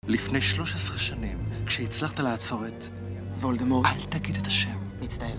לפני 13 שנים, כשהצלחת לעצור את... וולדמורט. אל תגיד את השם. מצטער.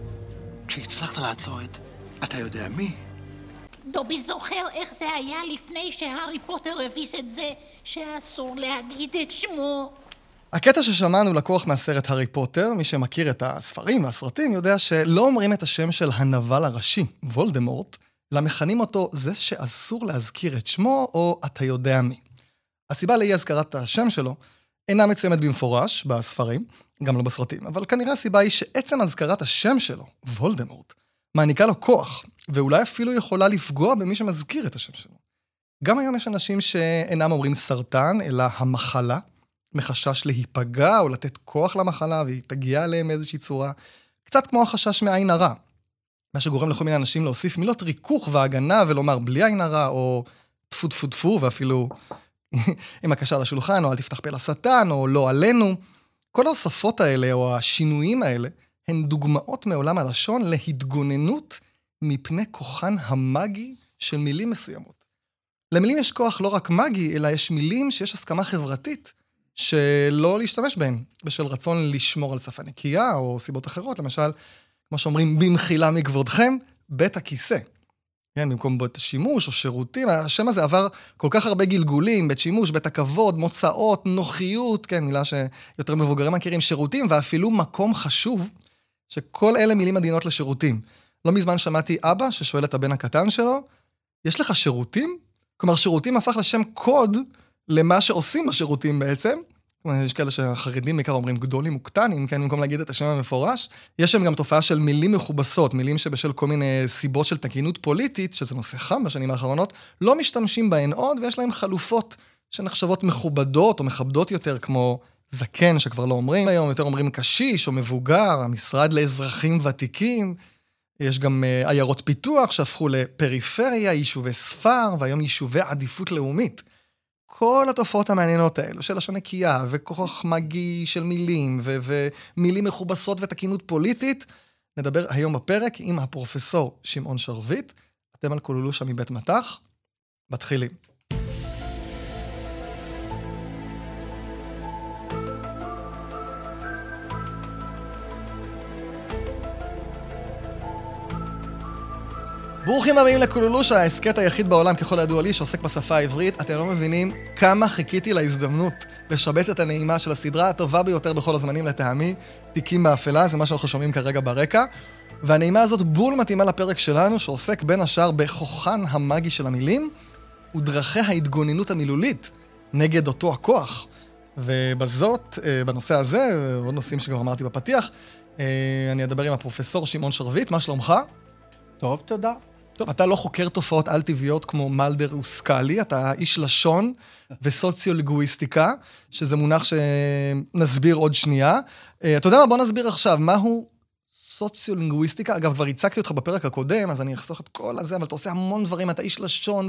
כשהצלחת לעצור את... אתה יודע מי? דובי זוכר איך זה היה לפני שהארי פוטר הביס את זה שאסור להגיד את שמו. הקטע ששמענו לקוח מהסרט הארי פוטר, מי שמכיר את הספרים והסרטים יודע שלא אומרים את השם של הנבל הראשי, וולדמורט, אלא מכנים אותו זה שאסור להזכיר את שמו או אתה יודע מי. הסיבה לאי הזכרת השם שלו אינה מצוינת במפורש בספרים, גם לא בסרטים, אבל כנראה הסיבה היא שעצם הזכרת השם שלו, וולדמורט, מעניקה לו כוח, ואולי אפילו יכולה לפגוע במי שמזכיר את השם שלו. גם היום יש אנשים שאינם אומרים סרטן, אלא המחלה, מחשש להיפגע או לתת כוח למחלה, והיא תגיע אליהם מאיזושהי צורה, קצת כמו החשש מעין הרע, מה שגורם לכל מיני אנשים להוסיף מילות ריכוך והגנה, ולומר בלי עין הרע, או טפו טפו טפו, ואפילו עם הקשר לשולחן, או אל תפתח פה לשטן, או לא עלינו. כל ההוספות האלה, או השינויים האלה, הן דוגמאות מעולם הלשון להתגוננות מפני כוחן המאגי של מילים מסוימות. למילים יש כוח לא רק מאגי, אלא יש מילים שיש הסכמה חברתית, שלא להשתמש בהן, בשל רצון לשמור על שפה נקייה, או סיבות אחרות, למשל, כמו שאומרים, במחילה מכבודכם, בית הכיסא. כן, במקום בית השימוש או שירותים, השם הזה עבר כל כך הרבה גלגולים, בית שימוש, בית הכבוד, מוצאות, נוחיות, כן, מילה שיותר מבוגרים מכירים, שירותים, ואפילו מקום חשוב, שכל אלה מילים עדינות לשירותים. לא מזמן שמעתי אבא ששואל את הבן הקטן שלו, יש לך שירותים? כלומר, שירותים הפך לשם קוד למה שעושים בשירותים בעצם. יש כאלה שהחרדים בעיקר אומרים גדולים וקטנים, כן, במקום להגיד את השם המפורש. יש שם גם תופעה של מילים מכובסות, מילים שבשל כל מיני סיבות של תקינות פוליטית, שזה נושא חם בשנים האחרונות, לא משתמשים בהן עוד, ויש להם חלופות שנחשבות מכובדות או מכבדות יותר, כמו זקן, שכבר לא אומרים היום, יותר אומרים קשיש או מבוגר, המשרד לאזרחים ותיקים. יש גם עיירות פיתוח שהפכו לפריפריה, יישובי ספר, והיום יישובי עדיפות לאומית. כל התופעות המעניינות האלו, של לשון נקייה, וכוח מגי של מילים, ומילים מכובסות ותקינות פוליטית, נדבר היום בפרק עם הפרופסור שמעון שרביט. אתם על קולולושה מבית מטח. מתחילים. ברוכים הבאים לקולולושה, העסקת היחיד בעולם ככל הידוע לי שעוסק בשפה העברית. אתם לא מבינים כמה חיכיתי להזדמנות לשבץ את הנעימה של הסדרה הטובה ביותר בכל הזמנים לטעמי, תיקים באפלה, זה מה שאנחנו שומעים כרגע ברקע. והנעימה הזאת בול מתאימה לפרק שלנו שעוסק בין השאר בכוחן המאגי של המילים ודרכי ההתגוננות המילולית נגד אותו הכוח. ובזאת, בנושא הזה, עוד נושאים שכבר אמרתי בפתיח, אני אדבר עם הפרופסור שמעון שרביט. מה שלומך? טוב, תודה. טוב, אתה לא חוקר תופעות על-טבעיות כמו מלדר וסקאלי, אתה איש לשון וסוציולינגוויסטיקה, שזה מונח שנסביר עוד שנייה. אתה יודע מה? בוא נסביר עכשיו, מהו סוציולינגוויסטיקה? אגב, כבר הצגתי אותך בפרק הקודם, אז אני אחסוך את כל הזה, אבל אתה עושה המון דברים, אתה איש לשון,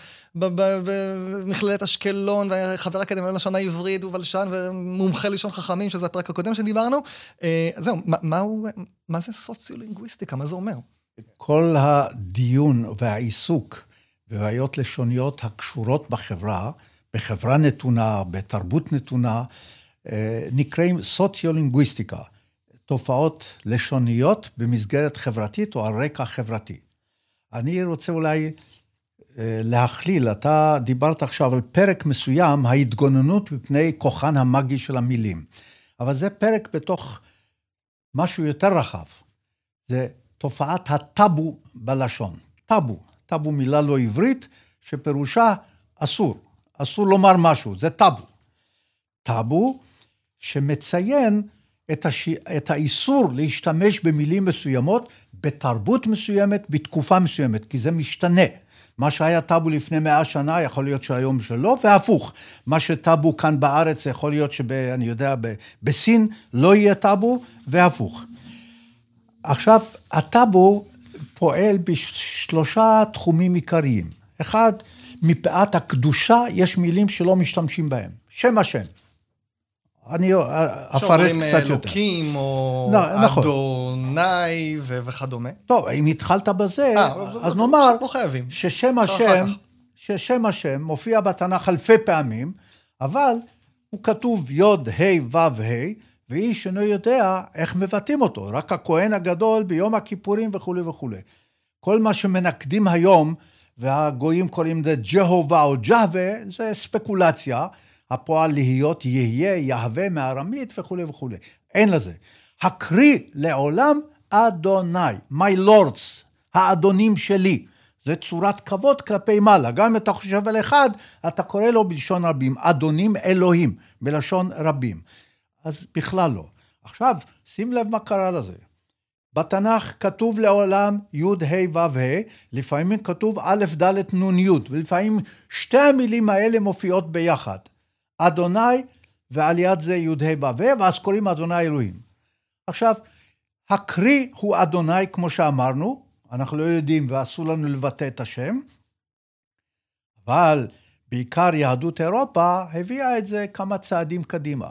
ומכללת אשקלון, וחבר אקדמיה ללשון העברית, ובלשן, ומומחה לשון חכמים, שזה הפרק הקודם שדיברנו. זהו, מה זה סוציולינגוויסטיקה? מה זה אומר? כל הדיון והעיסוק בבעיות לשוניות הקשורות בחברה נתונה, בתרבות נתונה, נקראים סוציולינגוויסטיקה, תופעות לשוניות במסגרת חברתית או על רקע חברתי. אני רוצה אולי להכליל, אתה דיברת עכשיו על פרק מסוים, ההתגוננות מפני כוחן המאגי של המילים. אבל זה פרק בתוך משהו יותר רחב. זה תופעת הטאבו בלשון. טאבו מילה לא עברית, שפירושה אסור לומר משהו, זה טאבו שמציין את האיסור להשתמש במילים מסוימות, בתרבות מסוימת, בתקופה מסוימת, כי זה משתנה. מה שהיה טאבו לפני 100 שנה, יכול להיות שהיום שלא, והפוך. מה שטאבו כאן בארץ, יכול להיות אני יודע, בסין לא יהיה טאבו, והפוך. עכשיו, הטאבו פועל בשלושה תחומים עיקריים. אחד, מפאת הקדושה יש מילים שלא משתמשים בהם. שם השם. אני אפרט קצת יותר. אלוקים או אדוני וכדומה. טוב, אם התחלת בזה, אז נאמר ששם השם מופיע בתנ"ך אלפי פעמים, אבל הוא כתוב יוד, ה', ו', ה', ואיש אינו יודע איך מבטאים אותו, רק הכהן הגדול ביום הכיפורים וכו' וכו'. כל מה שמנקדים היום, והגויים קוראים זה ג'הובה או ג'הווה, זה ספקולציה, הפועל להיות יהיה, יהווה מארמית וכו' וכו'. אין לזה. הקריא לעולם אדוני, my lords, האדונים שלי. זה צורת כבוד כלפי מעלה. גם אם אתה חושב על אחד, אתה קורא לו בלשון רבים, אדונים אלוהים, בלשון רבים. אז בכלל לא. עכשיו, שים לב מה קרה לזה. בתנ"ך כתוב לעולם י' ה' ו' ה', לפעמים כתוב א' ד' נ' י', ולפעמים שתי המילים האלה מופיעות ביחד. אדוני ועל יד זה י' ה' ו' ה', ואז קוראים אדוני אלוהים. עכשיו, הקריא הוא אדוני כמו שאמרנו, אנחנו לא יודעים ואסור לנו לבטא את השם, אבל בעיקר יהדות אירופה הביאה את זה כמה צעדים קדימה.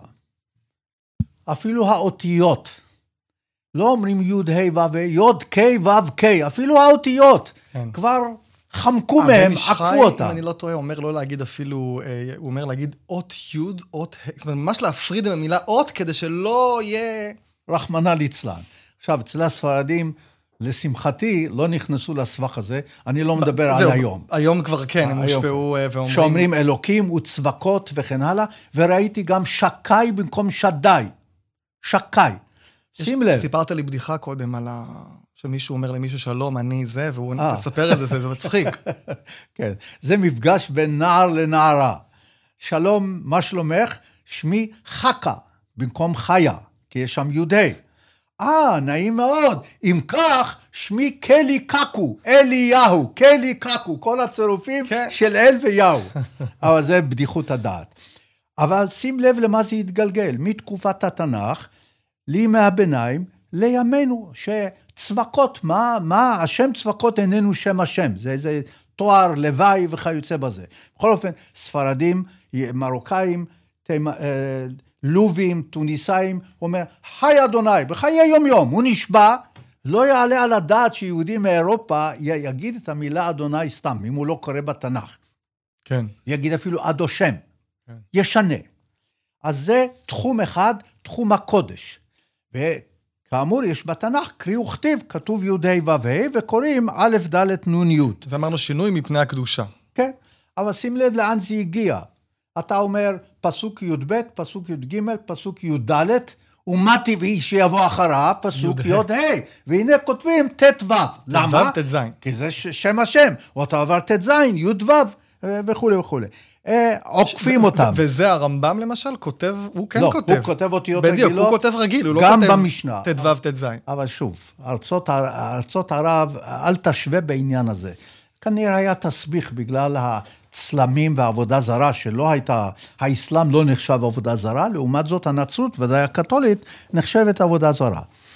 אפילו האותיות, לא אומרים י' ה' ו' ה', י' כ' ו' כ', אפילו האותיות, כן. כבר חמקו מהם, עקפו אותם. אם אני לא טועה, אומר לא להגיד אפילו, הוא אומר להגיד אות י', אות ה', זאת אומרת, ממש להפריד עם המילה אות, כדי שלא יהיה... רחמנא ליצלן. עכשיו, אצל הספרדים, לשמחתי, לא נכנסו לסבך הזה, אני לא מדבר על היום. היום כבר כן, הם הושפעו ואומרים... שאומרים אלוקים וצבקות וכן הלאה, וראיתי גם שקי במקום שדי. שקי. שים לב. סיפרת לי בדיחה קודם על שמישהו אומר למישהו שלום, אני זה, והוא תספר את זה, זה מצחיק. כן, זה מפגש בין נער לנערה. שלום, מה שלומך? שמי חכה, במקום חיה, כי יש שם יהודי. נעים מאוד. אם כך, שמי קלי קקו, אליהו, קלי קקו, כל הצירופים של אל ויהו. אבל זה בדיחות הדעת. אבל שים לב למה זה יתגלגל. מתקופת התנ"ך, לימי הביניים, לימינו, שצבקות, מה השם צבקות איננו שם השם. זה איזה תואר לוואי וכיוצא בזה. בכל אופן, ספרדים, מרוקאים, לובים, טוניסאים, הוא אומר, חי אדוני, בחיי יום יום, הוא נשבע, לא יעלה על הדעת שיהודי מאירופה יגיד את המילה אדוני סתם, אם הוא לא קורא בתנ"ך. כן. יגיד אפילו עד השם. כן. ישנה. אז זה תחום אחד, תחום הקודש. וכאמור, יש בתנ"ך, קריא וכתיב, כתוב י' ה' ו' ה', וקוראים א' ד' נ' י'. זה אמרנו שינוי מפני הקדושה. כן, אבל שים לב לאן זה הגיע. אתה אומר, פסוק י' ב', פסוק י' ג', פסוק י' ד', ומה טבעי שיבוא אחריו, פסוק י' ה', והנה כותבים ט' ו'. למה? ט' ז'. כי זה שם השם, או אתה עבר ט' ז', י' ו', וכו' וכו'. עוקפים אותם. וזה הרמב"ם למשל, כותב, הוא כן כותב. לא, הוא כותב אותיות רגילות. בדיוק, הוא כותב רגיל, הוא לא גם כותב במשנה. ט' ו' ט' ז'. אבל שוב, ארצות ערב, אל תשווה בעניין הזה. כנראה היה תסביך בגלל הצלמים והעבודה זרה, שלא הייתה, האסלאם לא נחשב עבודה זרה, לעומת זאת הנצרות, ודאי הקתולית, נחשבת עבודה זרה.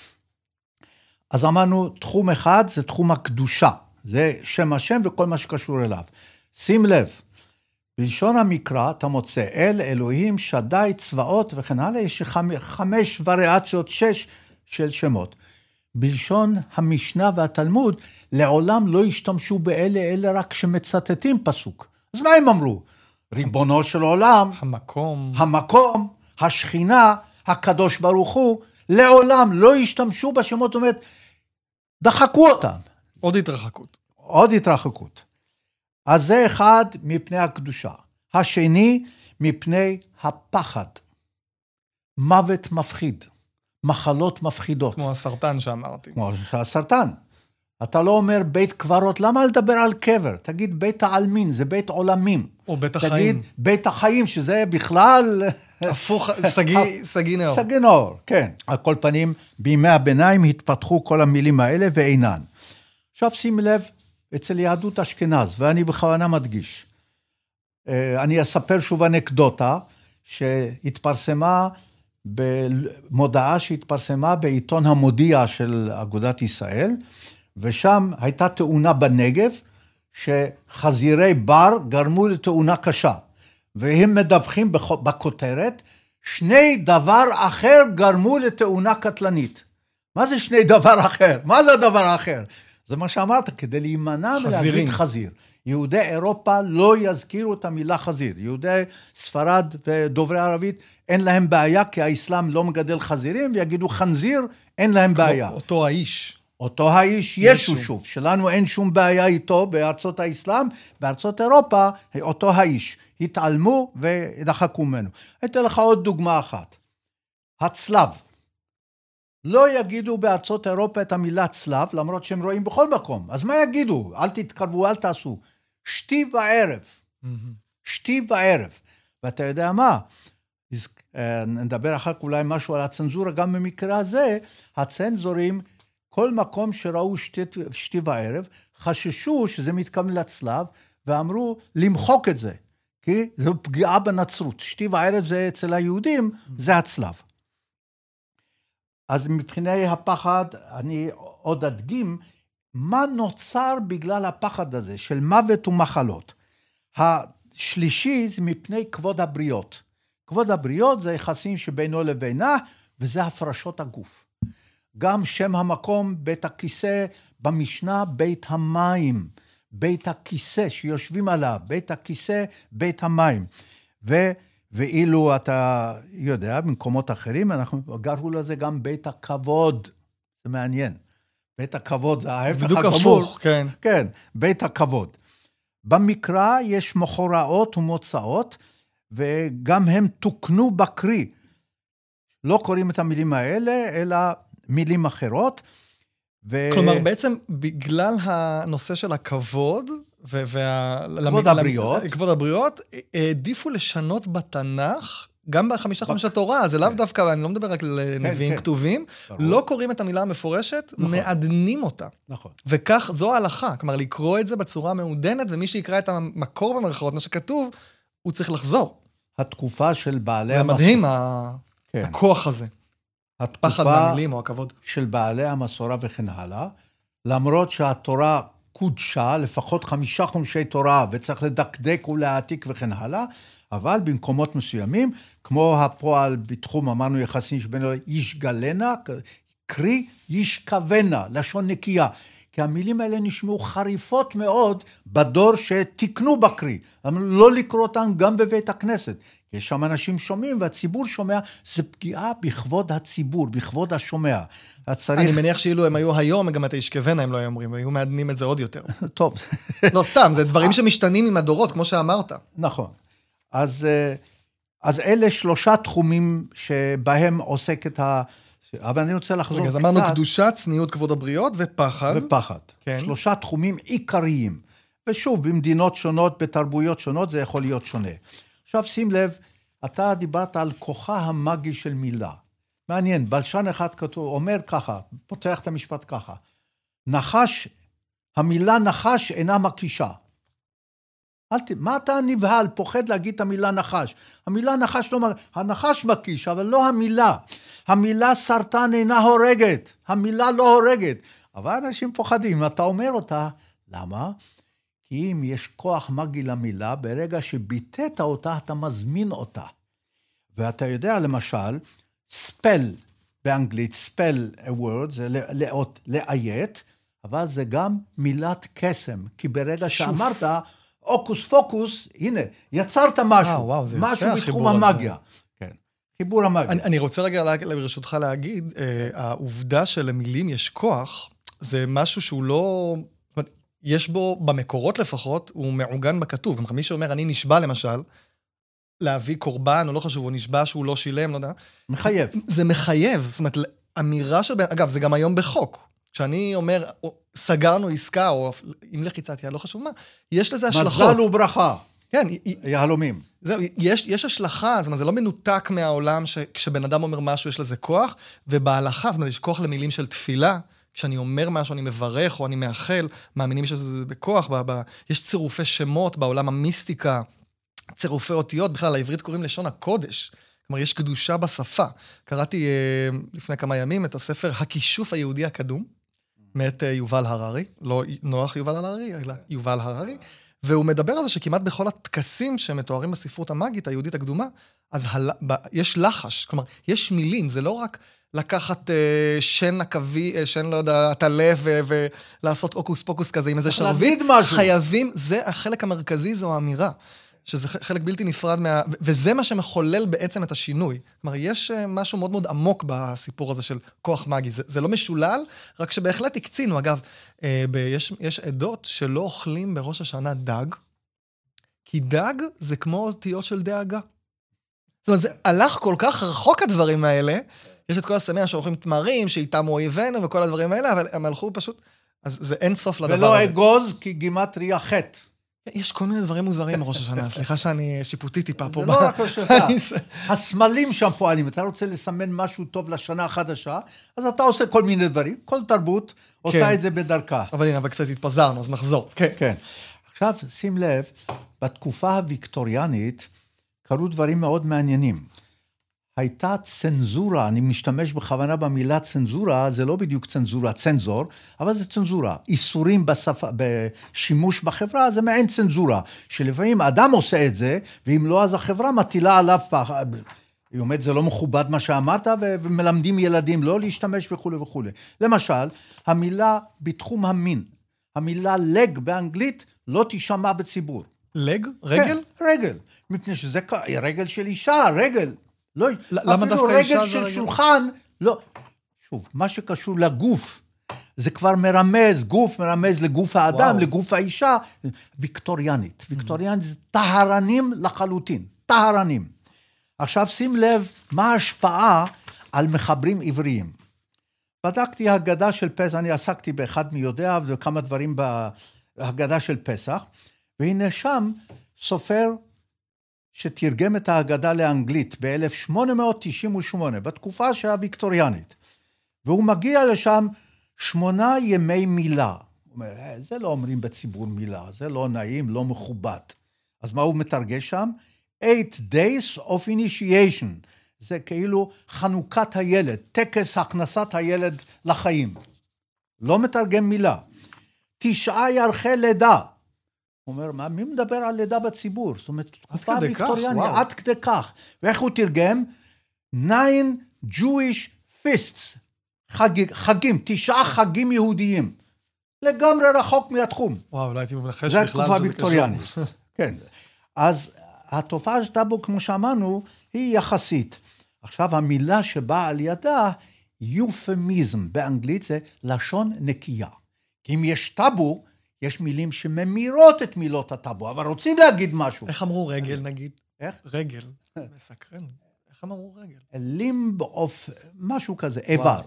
אז אמרנו, תחום אחד זה תחום הקדושה, זה שם השם וכל מה שקשור אליו. שים לב, בלשון המקרא אתה מוצא אל, אלוהים, שדי, צבאות וכן הלאה, יש 5 וריאציות, 6 של שמות. בלשון המשנה והתלמוד, לעולם לא השתמשו באלה, אלה רק שמצטטים פסוק. אז מה הם אמרו? ריבונו של עולם, המקום, השכינה, הקדוש ברוך הוא, לעולם לא השתמשו בשמות, זאת אומרת, דחקו אותם. עוד התרחקות. אז זה אחד מפני הקדושה. השני מפני הפחד. מוות מפחיד. מחלות מפחידות. כמו הסרטן שאמרתי. כמו הסרטן. אתה לא אומר בית קברות, למה לדבר על קבר? תגיד בית העלמין, זה בית עולמים. או בית החיים. תגיד בית החיים, שזה בכלל... הפוך, סגי נאור. סגי נאור, כן. על כל פנים, בימי הביניים התפתחו כל המילים האלה ואינן. עכשיו שים לב, אצל יהדות אשכנז, ואני בכוונה מדגיש. אני אספר שוב אנקדוטה, שהתפרסמה במודעה שהתפרסמה בעיתון המודיע של אגודת ישראל, ושם הייתה תאונה בנגב, שחזירי בר גרמו לתאונה קשה. והם מדווחים בכותרת, 2 דבר אחר גרמו לתאונה קטלנית. מה זה 2 דבר אחר? מה זה הדבר האחר? זה מה שאמרת, כדי להימנע ולהגיד חזיר. יהודי אירופה לא יזכירו את המילה חזיר. יהודי ספרד ודוברי ערבית אין להם בעיה, כי האסלאם לא מגדל חזירים, ויגידו חנזיר, אין להם בעיה. אותו האיש. אותו האיש ישו שוב, שלנו אין שום בעיה איתו בארצות האסלאם, בארצות אירופה אותו האיש. התעלמו ודחקו ממנו. אתן לך עוד דוגמה אחת. הצלב. לא יגידו בארצות אירופה את המילה צלב, למרות שהם רואים בכל מקום. אז מה יגידו? אל תתקרבו, אל תעשו. שתי וערב. שתי וערב. ואתה יודע מה? נדבר אחר כך אולי משהו על הצנזורה, גם במקרה הזה, הצנזורים, כל מקום שראו שתי וערב, חששו שזה מתכוון לצלב, ואמרו למחוק את זה, כי זו פגיעה בנצרות. שתי וערב זה אצל היהודים, זה הצלב. אז מבחיני הפחד, אני עוד אדגים, מה נוצר בגלל הפחד הזה, של מוות ומחלות. השלישי זה מפני כבוד הבריות. כבוד הבריות זה יחסים שבינו לבינה, וזה הפרשות הגוף. גם שם המקום, בית הכיסא, במשנה, בית המים. בית הכיסא שיושבים עליו, בית הכיסא, בית המים. ואילו אתה יודע, במקומות אחרים, אנחנו גרו לזה גם בית הכבוד. זה מעניין. בית הכבוד זה ההפך הגמור. בדיוק הפוך, כן. כן, בית הכבוד. במקרא יש מחוראות ומוצאות, וגם הם תוקנו בקרי. לא קוראים את המילים האלה, אלא מילים אחרות. כלומר, בעצם בגלל הנושא של הכבוד, כבוד הבריות. כבוד הבריות, העדיפו לשנות בתנ"ך, גם בחמישה התורה, זה לאו דווקא, אני לא מדבר רק על נביאים כתובים, לא קוראים את המילה המפורשת, מעדנים אותה. נכון. וכך זו ההלכה, כלומר, לקרוא את זה בצורה מעודנת, ומי שיקרא את המקור במרכאות, מה שכתוב, הוא צריך לחזור. התקופה של בעלי זה מדהים, הכוח הזה. פחד מהמילים או הכבוד. של בעלי המסורה וכן הלאה, למרות שהתורה קודשה, לפחות 5 חומשי תורה, וצריך לדקדק ולהעתיק וכן הלאה, אבל במקומות מסוימים, כמו הפועל בתחום, אמרנו יחסים שבינו ישגלנה, קרי ישכבנה, לשון נקייה. כי המילים האלה נשמעו חריפות מאוד בדור שתקנו בקרי. לא לקרוא אותם גם בבית הכנסת. יש שם אנשים שומעים, והציבור שומע, זה פגיעה בכבוד הציבור, בכבוד השומע. אני מניח שאילו הם היו היום, גם את הישכבנה הם לא היו אומרים, היו מעדנים את זה עוד יותר. טוב. לא, סתם, זה דברים שמשתנים עם הדורות, כמו שאמרת. נכון. אז אלה 3 תחומים שבהם עוסקת אבל אני רוצה לחזור קצת. אז אמרנו קדושה, צניעות, כבוד הבריות ופחד. ופחד. כן. 3 תחומים עיקריים. ושוב, במדינות שונות, בתרבויות שונות, זה יכול להיות שונה. עכשיו שים לב, אתה דיברת על כוחה המאגי של מילה. מעניין, בלשן אחד כתוב, אומר ככה, פותח את המשפט ככה, נחש, המילה נחש אינה מקישה. מה אתה נבהל, פוחד להגיד את המילה נחש? המילה נחש לא, הנחש מקיש, אבל לא המילה. המילה סרטן אינה הורגת, המילה לא הורגת. אבל אנשים פוחדים, אתה אומר אותה, למה? כי אם יש כוח מגי למילה, ברגע שביטאת אותה, אתה מזמין אותה. ואתה יודע, למשל, spell באנגלית, spell a word, זה לאיית, אבל זה גם מילת קסם, כי ברגע שאמרת, אוקוס פוקוס, הנה, יצרת משהו, משהו בתחום המגיה. כן, חיבור המגיה. אני רוצה רגע ברשותך להגיד, העובדה שלמילים יש כוח, זה משהו שהוא לא, יש בו, במקורות לפחות, הוא מעוגן בכתוב. גם מי שאומר, אני נשבע למשל, להביא קורבן, או לא חשוב, הוא נשבע שהוא לא שילם, לא יודע. מחייב. זה מחייב, זאת אומרת, אמירה של, אגב, זה גם היום בחוק. כשאני אומר, סגרנו עסקה, או עם לחיצת יד, לא חשוב מה, יש לזה השלכות. מזל וברכה. כן. יהלומים. זהו, יש השלכה, זאת אומרת, זה לא מנותק מהעולם, שכשבן אדם אומר משהו, יש לזה כוח, ובהלכה, זאת אומרת, יש כוח למילים של תפילה, כשאני אומר משהו, אני מברך, או אני מאחל, מאמינים שזה בכוח, יש צירופי שמות בעולם המיסטיקה, צירופי אותיות, בכלל, לעברית קוראים לשון הקודש. כלומר, יש קדושה בשפה. קראתי לפני כמה ימים את הספר הכישוף היהודי הקדום, מאת יובל הררי, לא נוח יובל הררי, אלא יובל הררי, והוא מדבר על זה שכמעט בכל הטקסים שמתוארים בספרות המאגית, היהודית הקדומה, אז יש לחש, כלומר, יש מילים, זה לא רק לקחת שן עכבי, שן, לא יודע, תלף, ולעשות אוקוס פוקוס כזה עם איזה שרביט. חייבים, זה החלק המרכזי, זו האמירה. שזה חלק בלתי נפרד וזה מה שמחולל בעצם את השינוי. כלומר, יש משהו מאוד מאוד עמוק בסיפור הזה של כוח מגי. זה לא משולל, רק שבהחלט הקצינו. אגב, יש עדות שלא אוכלים בראש השנה דג, כי דג זה כמו אותיות של דאגה. זאת אומרת, זה הלך כל כך רחוק הדברים האלה, יש את כל הסמיה שאוכלים תמרים, שאיתם אויבינו וכל הדברים האלה, אבל הם הלכו פשוט, אז זה אין סוף לדבר הזה. ולא אגוז, כי גימטריה חטא. יש כל מיני דברים מוזרים בראש השנה, סליחה שאני שיפוטי טיפה פה. זה לא רק השנה. הסמלים שם פועלים, אתה רוצה לסמן משהו טוב לשנה החדשה, אז אתה עושה כל מיני דברים, כל תרבות עושה את זה בדרכה. אבל הנה, אבל קצת התפזרנו, אז נחזור. כן. עכשיו, שים לב, בתקופה הוויקטוריאנית קרו דברים מאוד מעניינים. הייתה צנזורה, אני משתמש בכוונה במילה צנזורה, זה לא בדיוק צנזורה, צנזור, אבל זה צנזורה. איסורים בשימוש בחברה, זה מעין צנזורה, שלפעמים אדם עושה את זה, ואם לא, אז החברה מטילה עליו, היא אומרת, זה לא מכובד מה שאמרת, ומלמדים ילדים לא להשתמש וכו' וכו'. למשל, המילה בתחום המין, המילה לג באנגלית לא תשמע בציבור. לג? רגל? כן, רגל. מפני שזה רגל של אישה, רגל. לא, למה דווקא אישה רגל של שולחן, לא. שוב, מה שקשור לגוף, זה כבר מרמז, גוף מרמז לגוף האדם, לגוף האישה, ויקטוריאנית. ויקטוריאנית זה טהרנים לחלוטין, טהרנים. עכשיו שים לב מה ההשפעה על מחברים עבריים. בדקתי הגדה של פסח, אני עסקתי באחד מיודע, וכמה דברים בהגדה של פסח, והנה שם סופר שתרגם את ההגדה לאנגלית ב-1898, בתקופה שהוויקטוריאנית. והוא מגיע לשם 8 ימי מילה. הוא אומר, זה לא אומרים בציבור מילה, זה לא נעים, לא מכובד. אז מה הוא מתרגש שם? 8 days of initiation. זה כאילו חנוכת הילד, טקס הכנסת הילד לחיים. לא מתרגם מילה. 9 ירחי לידה. הוא אומר, מה, מי מדבר על לידה בציבור? זאת אומרת, תקופה ויקטוריאנית, עד כדי כך. ואיך הוא תרגם? 9 Jewish feasts, חגים, 9 חגים יהודיים. לגמרי רחוק מהתחום. וואו, לא הייתי מנחש בכלל שזה קשור. זה תקופה ויקטוריאנית. כן. אז התופעה שאתה בו, כמו שאמרנו, היא יחסית. עכשיו, המילה שבאה על ידה, יופמיזם, באנגלית זה לשון נקייה. כי אם יש טאבו, יש מילים שממירות את מילות הטאבו, אבל רוצים להגיד משהו. איך אמרו רגל, נגיד? איך? רגל. מסקרן. איך אמרו רגל? לימב אוף, משהו כזה, איבר.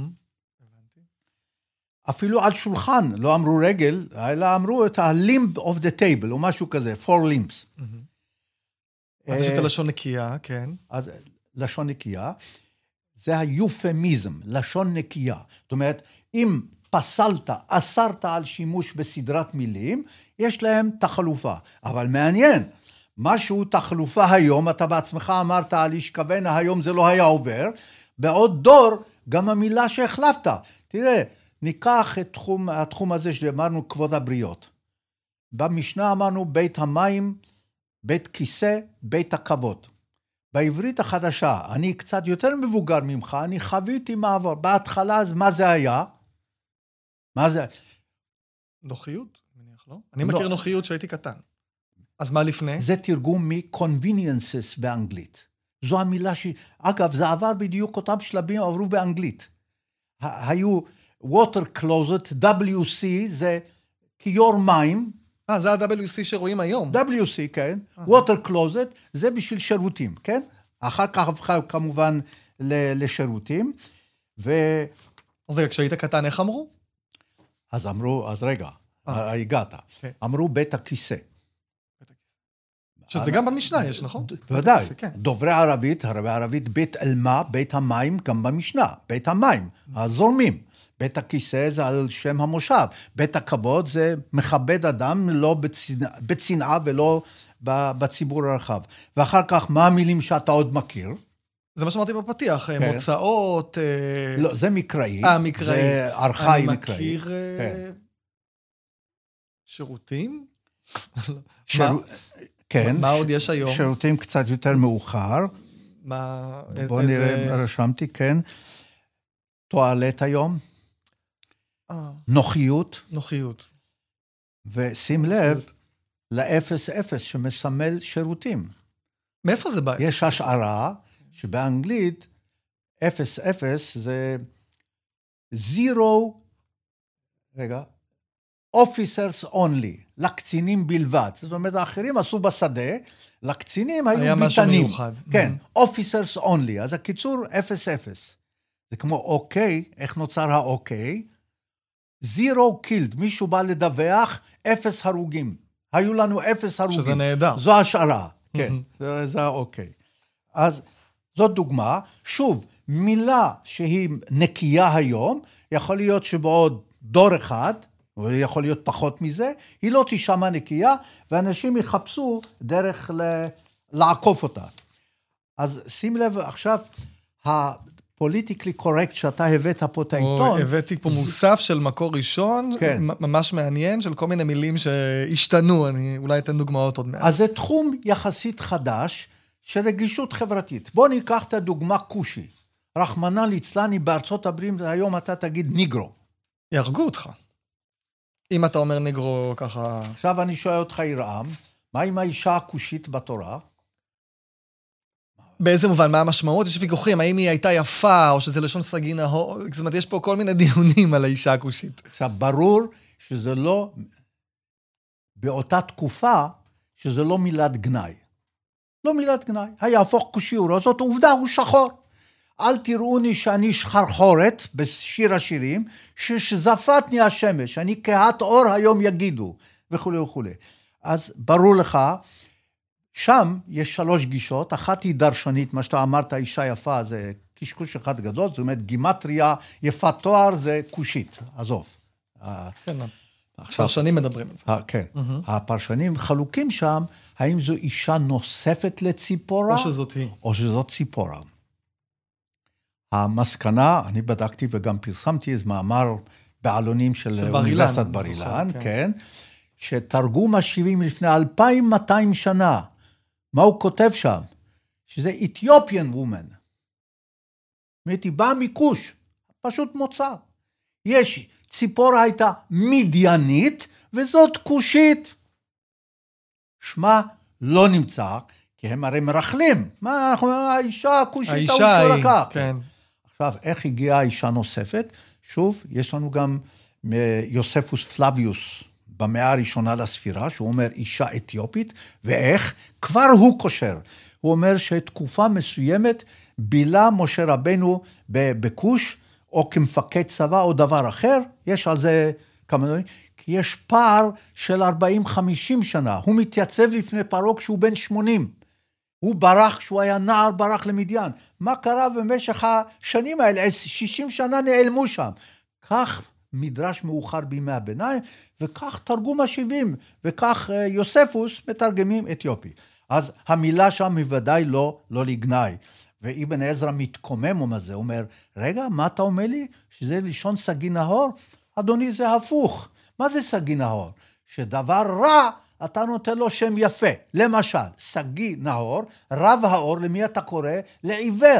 אפילו על שולחן לא אמרו רגל, אלא אמרו את ה-limb of the table, או משהו כזה, 4 limbs. אז יש את הלשון נקייה, כן. אז לשון נקייה, זה היופמיזם, לשון נקייה. זאת אומרת, אם פסלת, אסרת על שימוש בסדרת מילים, יש להם תחלופה. אבל מעניין, משהו תחלופה היום, אתה בעצמך אמרת על איש כוונה, היום זה לא היה עובר, בעוד דור, גם המילה שהחלפת. תראה, ניקח את התחום הזה שאמרנו כבוד הבריות. במשנה אמרנו בית המים, בית כיסא, בית הכבוד. בעברית החדשה, אני קצת יותר מבוגר ממך, אני חוויתי מעבר. בהתחלה, אז מה זה היה? מה זה? נוחיות, מניח, לא? אני מכיר נוחיות שהייתי קטן. אז מה לפני? זה תרגום מ-conveniences באנגלית. זו המילה אגב, זה עבר בדיוק אותם שלבים, עברו באנגלית. היו water closet, WC, זה כיור מים. זה ה-WC שרואים היום. WC, כן. water closet, זה בשביל שירותים, כן? אחר כך הפכה כמובן לשירותים. אז רגע, כשהיית קטן, איך אמרו? אז אמרו, אז רגע, הגעת. אמרו בית הכיסא. שזה גם במשנה יש, נכון? בוודאי. דוברי ערבית בית אלמה, בית המים, גם במשנה. בית המים, הזורמים. בית הכיסא זה על שם המושב. בית הכבוד זה מכבד אדם, לא בצנעה ולא בציבור הרחב. ואחר כך, מה המילים שאתה עוד מכיר? זה מה שאמרתי בפתיח, מוצאות... לא, זה מקראי. מקראי. זה ארכאי מקראי. אני מכיר שירותים? כן. מה עוד יש היום? שירותים קצת יותר מאוחר. מה? בוא נראה, רשמתי, כן. טואלט היום, נוחיות, נוחיות. ושים לב ל-0-0 שמסמל שירותים. מאיפה זה בא? יש השערה שבאנגלית 0-0 זה officers only, לקצינים בלבד. זאת אומרת, האחרים עשו בשדה, לקצינים היו ביטנים. היה משהו מיוחד. כן, officers only. אז הקיצור 0-0. זה כמו אוקיי, איך נוצר האוקיי? 0 killed, מישהו בא לדווח, 0 הרוגים. היו לנו 0 הרוגים. שזה נהדר. זו השערה, כן, זה האוקיי. אז זאת דוגמה. שוב, מילה שהיא נקייה היום, יכול להיות שבעוד דור אחד, או יכול להיות פחות מזה, היא לא תשמע נקייה, ואנשים יחפשו דרך לעקוף אותה. אז שים לב עכשיו, הפוליטיקלי קורקט שאתה הבאת פה את העיתון. הבאתי פה מוסף של מקור ראשון, כן. ממש מעניין, של כל מיני מילים שהשתנו, אני אולי אתן דוגמאות עוד מעט. אז זה תחום יחסית חדש, של רגישות חברתית. בוא ניקח את הדוגמה קושי. רחמנא ליצלן, בארצות הברית, היום אתה תגיד ניגרו. יהרגו אותך. אם אתה אומר ניגרו ככה... עכשיו אני שואל אותך ירעם, מה עם האישה הקושית בתורה? באיזה מובן, מה המשמעות? יש ויכוחים, האם היא הייתה יפה, או שזה לשון סגי נהור, זאת אומרת, יש פה כל מיני דיונים על האישה הקושית. עכשיו, ברור שזה לא, באותה תקופה, שזה לא מילת גנאי. לא מילת גנאי. היהפוך כושי הוא לא, זאת עובדה, הוא שחור. אל תראוני שאני שחרחורת, בשיר השירים, שזפתני השמש, אני כהת אור היום יגידו, וכו' וכו'. אז ברור לך, שם יש 3 גישות, אחת היא דרשנית, מה שאתה אמרת, אישה יפה, זה קשקוש אחד גדול, זאת אומרת, גימטריה, יפת תואר, זה קושית, עזוב. כן, הפרשנים מדברים על זה. כן, הפרשנים חלוקים שם, האם זו אישה נוספת לציפורה? או שזאת היא. או שזאת ציפורה. המסקנה, אני בדקתי וגם פרסמתי איזה מאמר בעלונים של אוניברסיטת בר אילן, כן, שתרגום השיבים לפני 2200 שנה, מה הוא כותב שם? שזה אתיופיאן וומן. היא באה מכוש, פשוט מוצא. יש, ציפורה הייתה מדיינית, וזאת כושית. שמה לא נמצא, כי הם הרי מרחלים. מה, האישה הכושית, הוא לקח. כן. עכשיו, איך הגיעה האישה נוספת? שוב, יש לנו גם יוספוס פלביוס, במאה הראשונה לספירה, שהוא אומר אישה אתיופית, ואיך? כבר הוא קושר. הוא אומר שתקופה מסוימת בילה משה רבנו בכוש, או כמפקד צבא או דבר אחר, יש על זה כמה דברים, כי יש פער של 40-50 שנה. הוא מתייצב לפני פרעה כשהוא בן 80. הוא ברח, כשהוא היה נער, ברח למדיין. מה קרה במשך השנים האלה? 60 שנה נעלמו שם. כך מדרש מאוחר בימי הביניים, וכך תרגום ה-70, וכך יוספוס מתרגמים אתיופי. אז המילה שם היא ודאי לא לגנאי. ואבן עזרא מתקומם על זה, הוא אומר, רגע, מה אתה אומר לי? שזה לשון סגי נהור? אדוני, זה הפוך. מה זה סגי נהור? שדבר רע, אתה נותן לו שם יפה. למשל, סגי נהור, רב האור, למי אתה קורא? לעיוור.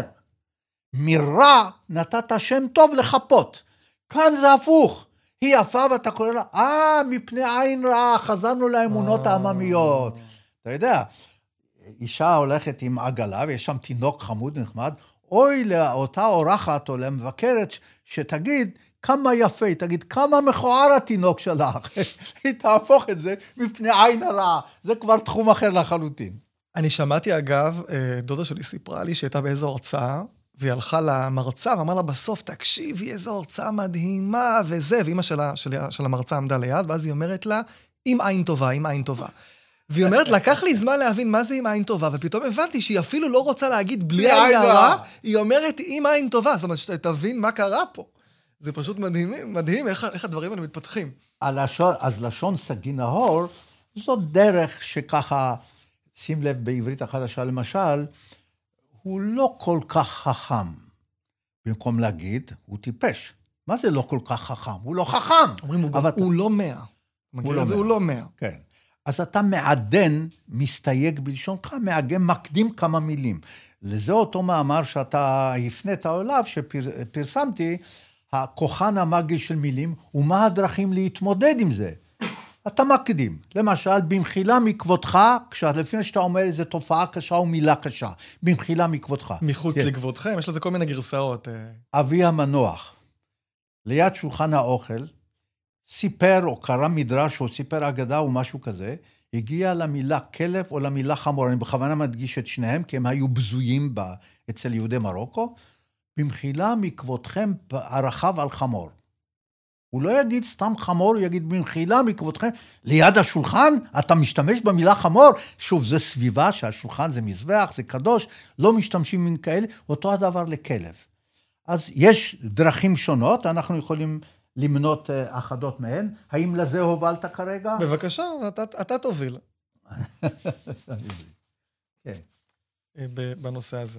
מרע נתת שם טוב לחפות. כאן זה הפוך. היא יפה ואתה קורא לה, מפני עין רעה, חזרנו לאמונות העממיות. אתה יודע, אישה הולכת עם עגלה, ויש שם תינוק חמוד נחמד, אוי לאותה אורחת או למבקרת, שתגיד כמה יפה, תגיד כמה מכוער התינוק שלך, היא תהפוך את זה מפני עין הרעה, זה כבר תחום אחר לחלוטין. אני שמעתי אגב, דודה שלי סיפרה לי שהייתה באיזו הרצאה, והיא הלכה למרצה ואמרה לה בסוף, תקשיבי, איזו הרצאה מדהימה וזה, ואמא של המרצה עמדה ליד, ואז היא אומרת לה, עם עין טובה, עם עין טובה. והיא אומרת, לקח לי זמן להבין מה זה עם עין טובה, ופתאום הבנתי שהיא אפילו לא רוצה להגיד בלי עין הרע, היא אומרת עם עין טובה, זאת אומרת, שתבין מה קרה פה. זה פשוט מדהים איך הדברים האלה מתפתחים. אז לשון סגי נהור, זו דרך שככה, שים לב בעברית החדשה למשל, הוא לא כל כך חכם. במקום להגיד, הוא טיפש. מה זה לא כל כך חכם? הוא לא חכם. אומרים, הוא לא 100. הוא לא 100. כן. אז אתה מעדן, מסתייג בלשונך, מעגן, מקדים כמה מילים. לזה אותו מאמר שאתה הפנית אליו, שפרסמתי, הכוחן המאגי של מילים, ומה הדרכים להתמודד עם זה. אתה מקדים. למשל, במחילה מכבודך, לפני שאתה אומר איזו תופעה קשה או מילה קשה, במחילה מכבודך. מחוץ לכבודכם, יש לזה כל מיני גרסאות. אבי המנוח, ליד שולחן האוכל, סיפר או קרא מדרש או סיפר אגדה או משהו כזה, הגיע למילה כלב או למילה חמור. אני בכוונה מדגיש את שניהם, כי הם היו בזויים אצל יהודי מרוקו. במחילה מכבודכם הרחב על חמור. הוא לא יגיד סתם חמור, הוא יגיד במחילה מכבודכם, ליד השולחן אתה משתמש במילה חמור. שוב, זה סביבה שהשולחן זה מזבח, זה קדוש, לא משתמשים מן כאלה, אותו הדבר לכלב. אז יש דרכים שונות, אנחנו יכולים למנות אחדות מהן. האם לזה הובלת כרגע? בבקשה, אתה תוביל. כן. בנושא הזה.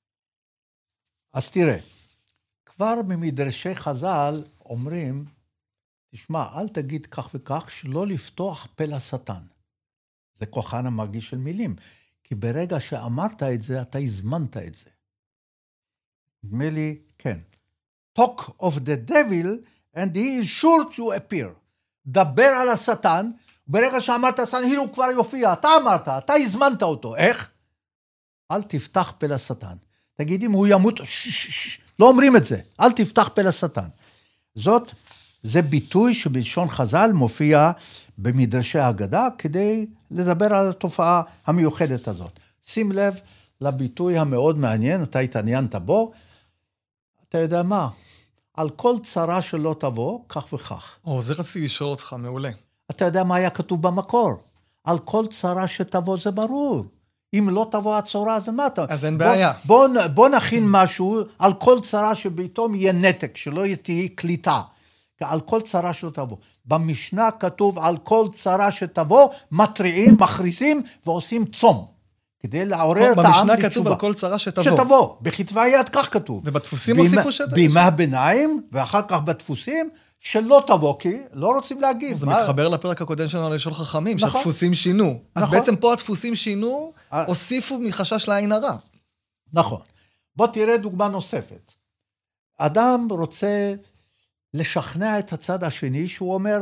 אז תראה, כבר ממדרשי חז"ל אומרים, תשמע, אל תגיד כך וכך, שלא לפתוח פה לשטן. זה כוחן המאגי של מילים. כי ברגע שאמרת את זה, אתה הזמנת את זה. נדמה לי, כן. Talk of the devil, and he is sure to appear. דבר על השטן, ברגע שאמרת השטן, הנה הוא כבר יופיע. אתה אמרת, אתה הזמנת אותו. איך? אל תפתח פה לשטן. תגיד, אם הוא ימות, לא אומרים את זה. אל תפתח פה לשטן. זה ביטוי שבלשון חז"ל מופיע במדרשי האגדה, כדי לדבר על התופעה המיוחדת הזאת. שים לב לביטוי המאוד מעניין, אתה התעניינת בו, אתה יודע מה? על כל צרה שלא תבוא, כך וכך. זה רציתי לשאול אותך, מעולה. אתה יודע מה היה כתוב במקור? על כל צרה שתבוא זה ברור. אם לא תבוא הצורה, אז מה אתה? אז אין בעיה. בוא נכין משהו על כל צרה שביתום יהיה נתק, שלא תהיה קליטה. על כל צרה שלא תבוא. במשנה כתוב על כל צרה שתבוא, מטריעים, מכריזים ועושים צום. כדי לעורר את העם לתשובה. במשנה כתוב על כל צרה שתבוא. שתבוא. בכתבי היד כך כתוב. ובדפוסים הוסיפו שתבוא. בימי הביניים, ואחר כך בדפוסים, שלא תבוא, כי לא רוצים להגיד. זה מתחבר לפרק הקודם שלנו על לשון חכמים, שהדפוסים שינו. אז בעצם פה הדפוסים שינו, הוסיפו מחשש לעין הרע. נכון. בוא תראה דוגמה נוספת. אדם רוצה לשכנע את הצד השני, שהוא אומר,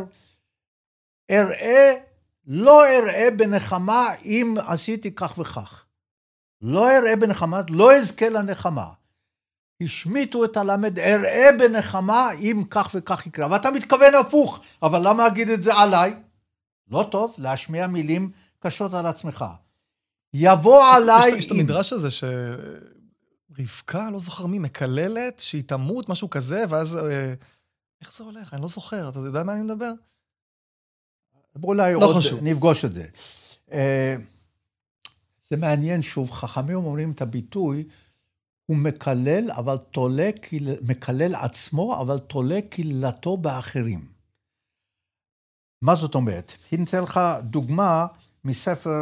לא אראה בנחמה אם עשיתי כך וכך. לא אראה בנחמה, לא אזכה לנחמה. השמיטו את הלמד, אראה בנחמה אם כך וכך יקרה. ואתה מתכוון הפוך, אבל למה אגיד את זה עליי? לא טוב להשמיע מילים קשות על עצמך. יבוא עליי... יש את המדרש הזה שרבקה, לא זוכר מי, מקללת, שהיא תמות, משהו כזה, ואז... איך זה הולך? אני לא זוכר. אתה יודע מה אני מדבר? אולי עוד נפגוש את זה. זה מעניין שוב, חכמים אומרים את הביטוי, הוא מקלל, אבל תולה, מקלל עצמו, אבל תולה קללתו באחרים. מה זאת אומרת? ניתן לך דוגמה מספר,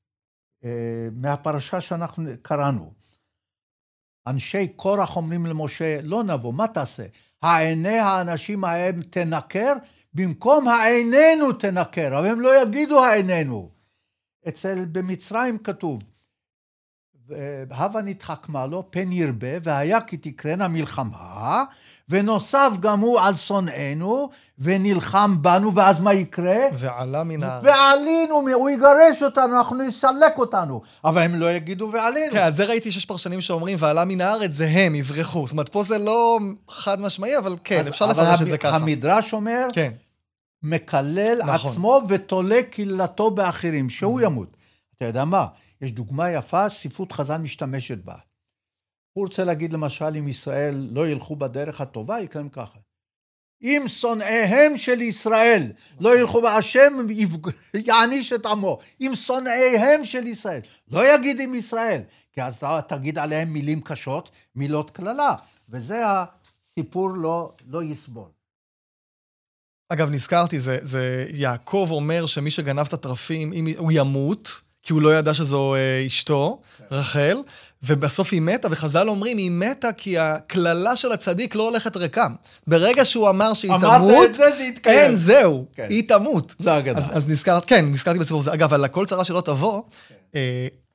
מהפרשה שאנחנו קראנו. אנשי קורח אומרים למשה, לא נבוא, מה תעשה? העיני האנשים ההם תנקר, במקום העינינו תנקר, אבל הם לא יגידו העינינו. במצרים כתוב, הווה נתחכמה לו, פן ירבה, והיה כי תקרנה מלחמה, ונוסף גם הוא על שונאינו, ונלחם בנו, ואז מה יקרה? ועלה מן הארץ. ועלינו, הוא יגרש אותנו, אנחנו נסלק אותנו. אבל הם לא יגידו ועלינו. כן, אז זה ראיתי שיש פרשנים שאומרים, ועלה מן הארץ זה הם, יברחו. זאת אומרת, פה זה לא חד משמעי, אבל כן, אפשר לפרש את זה ככה. המדרש אומר, כן. מקלל עצמו ותולה קללתו באחרים, שהוא ימות. אתה יודע מה? יש דוגמה יפה, ספרות חז"ל משתמשת בה. הוא רוצה להגיד למשל, אם ישראל לא ילכו בדרך הטובה, יקראים ככה. אם שונאיהם של ישראל לא ילכו בהשם, יעניש את עמו. אם שונאיהם של ישראל, לא יגיד עם ישראל, כי אז תגיד עליהם מילים קשות, מילות כללה. וזה הסיפור לא יסבול. אגב, נזכרתי, זה יעקב אומר שמי שגנב את הטרפים, הוא ימות, כי הוא לא ידע שזו אשתו, רחל, ובסוף היא מתה, וחז"ל אומרים, היא מתה כי הכללה של הצדיק לא הולכת ריקם. ברגע שהוא אמר שהיא תמות, אמרת את זה, זה יתקיים. אין, זהו, היא תמות. זה אגדה. אז נזכרתי בסיפור הזה. אגב, על כל צרה שלא תבוא,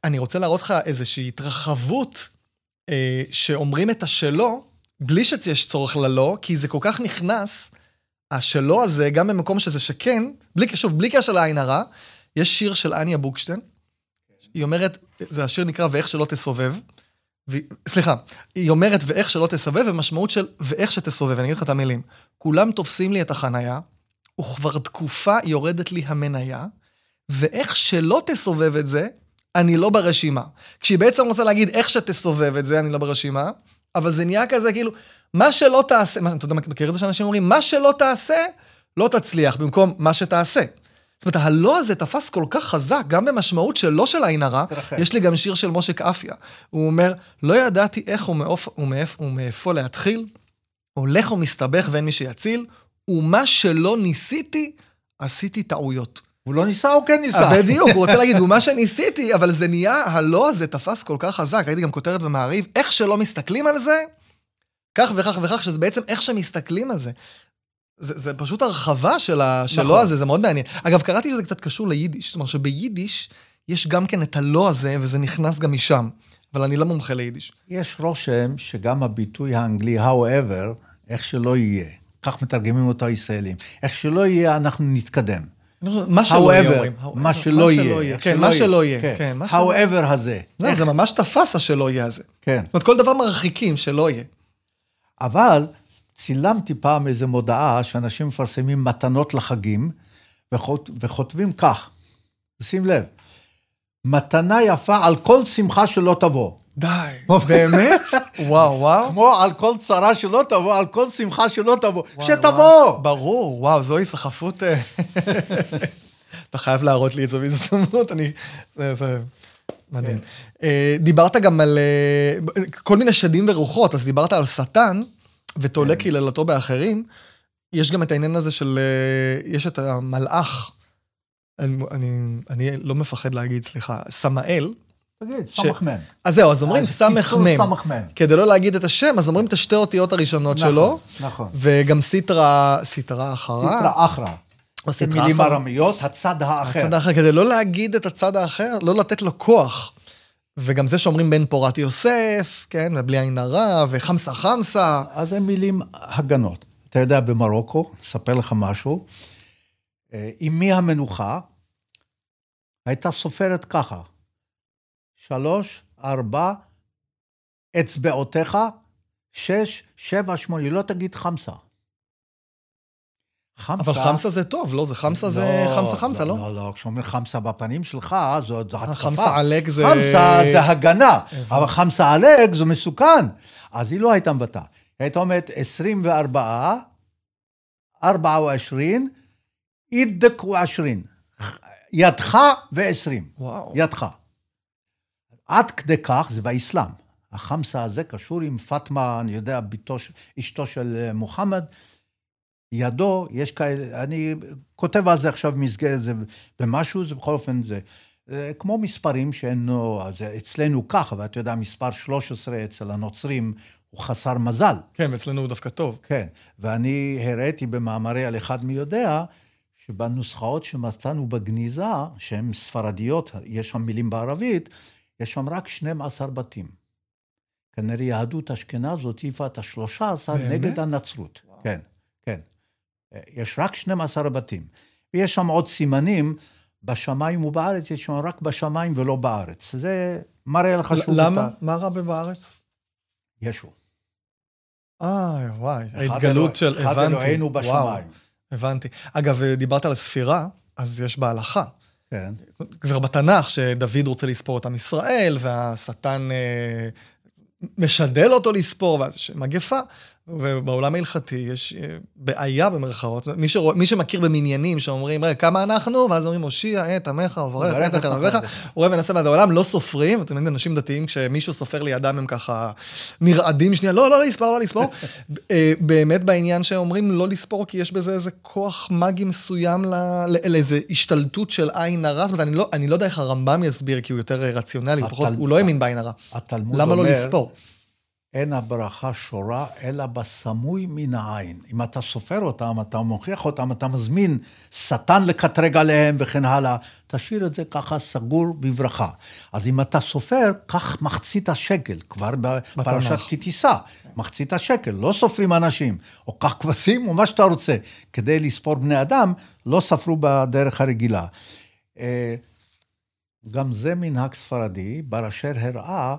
אני רוצה להראות לך איזושהי התרחבות, שאומרים את השלו, בלי שיש צורך ללא, כי זה כל כך נכנס, השלו הזה, גם במקום שזה שכן, בלי קשר לעין הרע, יש שיר של אניה בוקשטיין, היא אומרת, זה השיר נקרא ואיך שלא תסובב, סליחה, היא אומרת ואיך שלא תסובב, ומשמעות של ואיך שתסובב, אני אגיד לך את המילים, כולם תופסים לי את החנייה, וכבר תקופה יורדת לי המניה, ואיך שלא תסובב את זה, אני לא ברשימה. כשהיא בעצם רוצה להגיד איך שתסובב את זה, אני לא ברשימה, אבל זה נהיה כזה כאילו, מה שלא תעשה, אתה יודע, מכיר את זה שאנשים אומרים, מה שלא תעשה, לא תצליח, במקום מה שתעשה. זאת אומרת, הלא הזה תפס כל כך חזק, גם במשמעות שלא של העין הרע, יש לי גם שיר של משה קאפיה, הוא אומר, לא ידעתי איך ומאיפה להתחיל, הולך ומסתבך ואין מי שיציל, ומה שלא ניסיתי, עשיתי טעויות. הוא לא ניסה או כן ניסה? בדיוק, הוא רוצה להגיד, הוא מה שניסיתי, אבל זה נהיה, הלא הזה תפס כל כך חזק, הייתי גם כותרת במעריב, איך שלא מסתכלים על זה, כך וכך וכך, שזה בעצם איך שמסתכלים על זה. זה פשוט הרחבה של הלא הזה, זה מאוד מעניין. אגב, קראתי שזה קצת קשור ליידיש, זאת אומרת שביידיש יש גם כן את הלא הזה, וזה נכנס גם משם, אבל אני לא מומחה ליידיש. יש רושם שגם הביטוי האנגלי, however, איך שלא יהיה, כך מתרגמים אותו הישראלים, איך שלא יהיה, אנחנו נתקדם. מה שלא יהיה, אומרים. מה שלא יהיה. כן, מה שלא יהיה. however הזה. זה ממש תפס השלא יהיה הזה. כן. זאת אומרת, כל דבר מרחיקים שלא יהיה. אבל צילמתי פעם איזו מודעה שאנשים מפרסמים מתנות לחגים, וכותבים כך, שים לב, מתנה יפה על כל שמחה שלא תבוא. די, באמת? וואו. כמו על כל צרה שלא תבוא, על כל שמחה שלא תבוא. שתבוא! ברור, וואו, זוהי סחפות. אתה חייב להראות לי את זה בהזדמנות, זה מדהים. דיברת גם על כל מיני שדים ורוחות, אז דיברת על שטן, ותולה קללתו באחרים. יש גם את העניין הזה של, יש את המלאך, אני לא מפחד להגיד, סליחה, סמאל, תגיד, סמ"ם. אז זהו, אז אומרים סמ"ם. כדי לא להגיד את השם, אז אומרים את השתי אותיות הראשונות שלו. נכון. וגם סיטרה אחרה. סיטרה אחרה. או סיטרה אחרה. מילים ארמיות, הצד האחר. הצד האחר, כדי לא להגיד את הצד האחר, לא לתת לו כוח. וגם זה שאומרים בן פורת יוסף, כן, ובלי עין הרע, וחמסה חמסה. אז הם מילים הגנות. אתה יודע, במרוקו, אספר לך משהו, אמי המנוחה, הייתה סופרת ככה, 3, 4, אצבעותיך, 6, 7, 8, לא תגיד חמסה. אבל חמסה זה טוב, לא? זה חמסה זה חמסה, לא? לא, כשאומרים חמסה בפנים שלך, זו התקפה. חמסה עלק זה... חמסה זה הגנה, אבל חמסה עלק זה מסוכן. אז היא לא הייתה מבטא. היא הייתה אומרת 24, 24, ידק ועשרין. ידך ו20. וואו. ידך. עד כדי כך, זה באסלאם. החמסה הזה קשור עם פאטמה, אני יודע, אשתו של מוחמד, ידו, יש כאלה, אני כותב על זה עכשיו מסגרת, זה במשהו, זה בכל אופן זה, כמו מספרים שאינו, אצלנו ככה, ואתה יודע, מספר 13 אצל הנוצרים הוא חסר מזל. כן, אצלנו הוא דווקא טוב. כן, ואני הראיתי במאמרי על אחד מי יודע, שבנוסחאות שמצאנו בגניזה, שהן ספרדיות, יש שם מילים בערבית, יש שם רק 12 בתים. כנראה יהדות אשכנז הוסיפה את 13 נגד הנצרות. כן, כן. יש רק 12 בתים. ויש שם עוד סימנים, בשמיים ובארץ, יש שם רק בשמיים ולא בארץ. זה מראה לך שוב. למה? מה רע בארץ? ישו. וואי, ההתגלות של... אחד אלוהינו בשמיים. הבנתי. אגב, דיברת על הספירה, אז יש בהלכה. כן. כבר בתנ"ך, שדוד רוצה לספור את עם ישראל, והשטן משדל אותו לספור, ואז יש מגפה, ובעולם ההלכתי יש בעיה במרכאות. מי שמכיר במניינים שאומרים, כמה אנחנו? ואז אומרים, הושיע את עמך, וברך את עמך, הוא רואה ונסה ועד העולם, לא סופרים, אתם יודעים, אנשים דתיים, כשמישהו סופר לידם הם ככה נרעדים שנייה, לא לספור. באמת בעניין שאומרים לא לספור, כי יש בזה איזה כוח מגי מסוים לאיזה השתלטות של עין הרע, זאת אומרת, אני לא יודע איך הרמב"ם יסביר, כי הוא יותר רציונלי, הוא לא האמין בעין הרע. למה לא לספור? אין הברכה שורה, אלא בסמוי מן העין. אם אתה סופר אותם, אתה מוכיח אותם, אתה מזמין שטן לקטרג עליהם וכן הלאה, תשאיר את זה ככה סגור בברכה. אז אם אתה סופר, כך מחצית השקל, כבר בפרשת כי תישא, מחצית השקל, לא סופרים אנשים, או כך כבשים, או מה שאתה רוצה. כדי לספור בני אדם, לא ספרו בדרך הרגילה. גם זה מנהג ספרדי, בר אשר הראה,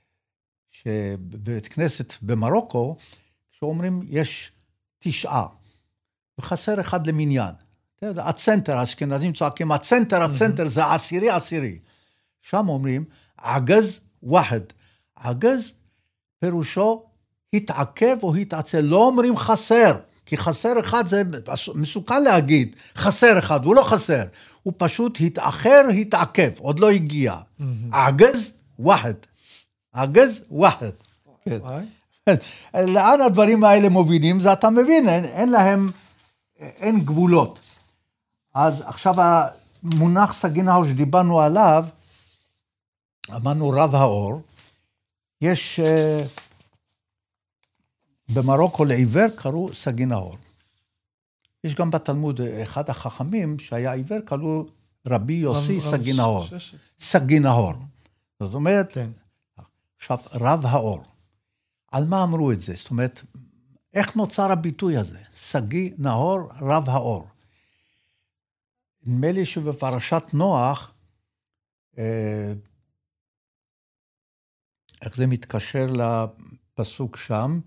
שבבית כנסת במרוקו, כשאומרים יש 9, וחסר אחד למניין. הצנטר, האשכנזים צועקים, הצנטר, זה עשירי. שם אומרים, עגז וחד. עגז פירושו התעכב או התעצל. לא אומרים חסר, כי חסר אחד זה מסוכן להגיד. חסר אחד, הוא לא חסר. הוא פשוט התעכב, עוד לא הגיע. עגז וחד. עגז וחד. לאן הדברים האלה מובילים, זה אתה מבין, אין גבולות. אז עכשיו המונח סגין האור שדיברנו עליו, אמרנו רב האור, יש במרוקו לעיוור קראו סגין האור. יש גם בתלמוד אחד החכמים שהיה עיוור, קראו רבי יוסי סגין האור. סגין האור. זאת אומרת, עכשיו, רב האור. על מה אמרו את זה? זאת אומרת, איך נוצר הביטוי הזה? סגי נהור, רב האור. נדמה לי שבפרשת נוח, איך זה מתקשר לפסוק שם?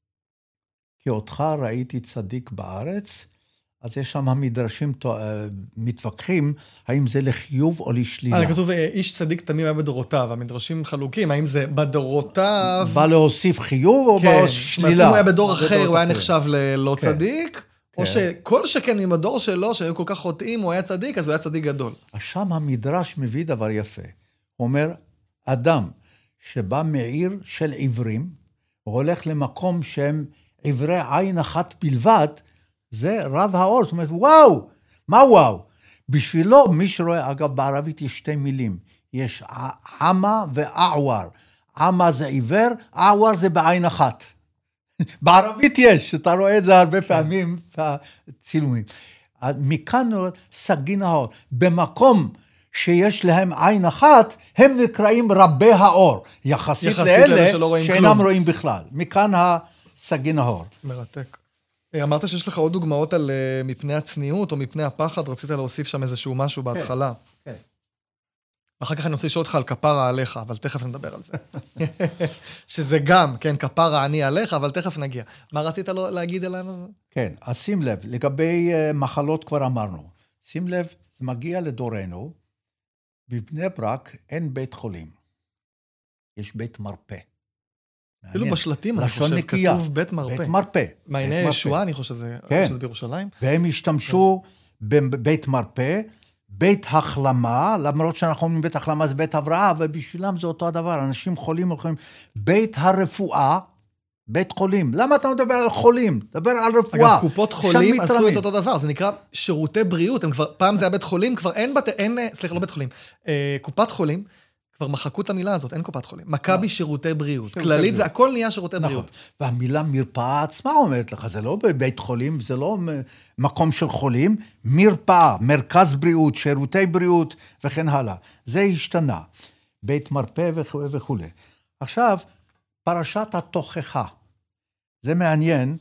כי אותך ראיתי צדיק בארץ, אז יש שם המדרשים מתווכחים, האם זה לחיוב או לשלילה. כתוב, איש צדיק תמים היה בדורותיו, המדרשים חלוקים, האם זה בדורותיו... בא להוסיף חיוב או בא שלילה? אם הוא היה בדור אחר, הוא היה נחשב ללא צדיק, או שכל שכן עם הדור שלו, שהיו כל כך חוטאים, הוא היה צדיק, אז הוא היה צדיק גדול. שם המדרש מביא דבר יפה. הוא אומר, אדם שבא מעיר של עיוורים, הוא הולך למקום שהם עיוורי עין אחת בלבד, זה רב האור, זאת אומרת, וואו, מה וואו? בשבילו, מי שרואה, אגב, בערבית יש 2 מילים, יש עמה ואעואר. עמה זה עיוור, אעואר זה בעין אחת. בערבית יש, אתה רואה את זה הרבה פעמים, בצילומים. מכאן סגין האור, במקום שיש להם עין אחת, הם נקראים רבי האור, יחסית לאלה שאינם רואים בכלל. מכאן הסגין האור. מרתק. אמרת שיש לך עוד דוגמאות על מפני הצניעות או מפני הפחד, רצית להוסיף שם איזשהו משהו בהתחלה. כן. אחר כך אני רוצה לשאול אותך על כפרה עליך, אבל תכף נדבר על זה. שזה גם, כן, כפרה אני עליך, אבל תכף נגיע. מה רצית להגיד עלינו? כן, אז שים לב, לגבי מחלות כבר אמרנו. שים לב, זה מגיע לדורנו, בבני ברק אין בית חולים. יש בית מרפא. אפילו בשלטים, אני חושב, כתוב בית מרפא. בית מרפא. מעייני ישועה, אני חושב שזה בירושלים. והם השתמשו בבית מרפא, בית החלמה, למרות שאנחנו אומרים בית החלמה זה בית הבראה, ובשבילם זה אותו הדבר. אנשים חולים הולכים, בית הרפואה, בית חולים. למה אתה מדבר על חולים? דבר על רפואה. אגב, קופות חולים עשו את אותו דבר, זה נקרא שירותי בריאות, פעם זה היה בית חולים, כבר אין, סליחה, לא בית חולים, קופת חולים, כבר מחקו את המילה הזאת, אין קופת חולים. מכבי שירותי בריאות. כללית זה הכל נהיה שירותי בריאות. והמילה מרפאה עצמה אומרת לך, זה לא בבית חולים, זה לא מקום של חולים, מרפאה, מרכז בריאות, שירותי בריאות וכן הלאה. זה השתנה. בית מרפא וכו'. עכשיו, פרשת התוכחה. זה מעניין,